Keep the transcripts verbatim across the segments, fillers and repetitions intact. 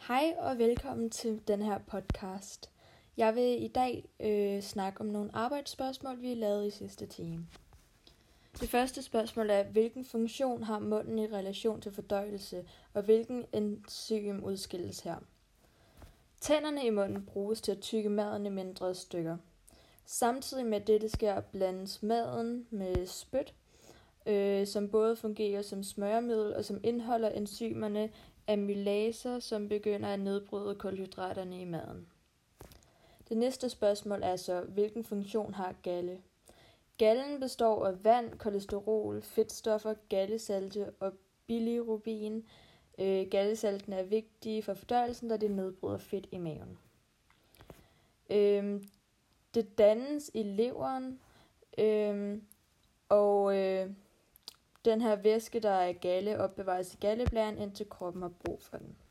Hej og velkommen til den her podcast. Jeg vil i dag øh, snakke om nogle arbejdsspørgsmål, vi lavede i sidste time. Det første spørgsmål er, hvilken funktion har munden i relation til fordøjelse, og hvilken enzym udskilles her? Tænderne i munden bruges til at tygge maden i mindre stykker. Samtidig med dette sker blandes maden med spyt, øh, som både fungerer som smøremiddel og som indeholder enzymerne amylaser, som begynder at nedbryde kulhydraterne i maden. Det næste spørgsmål er så, hvilken funktion har galle? Gallen består af vand, kolesterol, fedtstoffer, gallesalte og bilirubin. Øh, gallesalten er vigtige for fordøjelsen, da det nedbryder fedt i maven. Øh, det dannes i leveren, øh, og øh, den her væske, der er galle, opbevares i galleblæren, indtil kroppen har brug for den.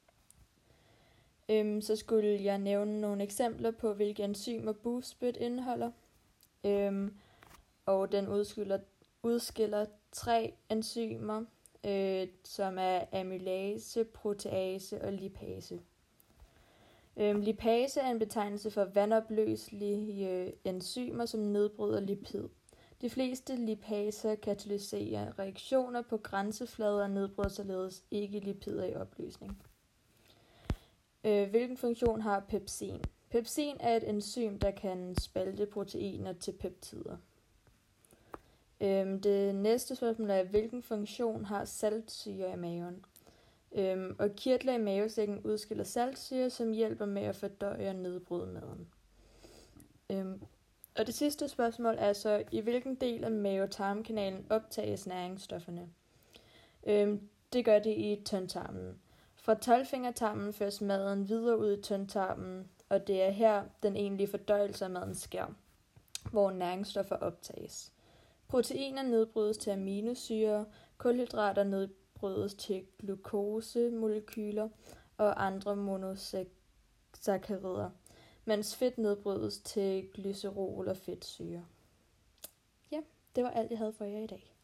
Øhm, så skulle jeg nævne nogle eksempler på, hvilke enzymer bugspyt indeholder. Øhm, og den udskiller, udskiller tre enzymer, øh, som er amylase, protease og lipase. Øhm, lipase er en betegnelse for vandopløselige øh, enzymer, som nedbryder lipid. De fleste lipaser katalyserer reaktioner på grænseflader og nedbryder således ikke lipider i opløsning. Øh, hvilken funktion har pepsin? Pepsin er et enzym, der kan spalte proteiner til peptider. Øh, det næste spørgsmål er, hvilken funktion har saltsyre i maven? Øh, og kirtler i mavesækken udskiller saltsyre, som hjælper med at fordøje og nedbryde maden. Øh, Og det sidste spørgsmål er så, i hvilken del af mave-tarmkanalen optages næringsstofferne? Øhm, det gør det i tyndtarmen. Fra tolvfingertarmen føres maden videre ud i tyndtarmen, og det er her, den egentlige fordøjelse af maden sker, hvor næringsstoffer optages. Proteiner nedbrydes til aminosyre, kulhydrater nedbrydes til glukosemolekyler og andre monosakkarider, mens fedt nedbrydes til glycerol og fedtsyre. Ja, det var alt, jeg havde for jer i dag.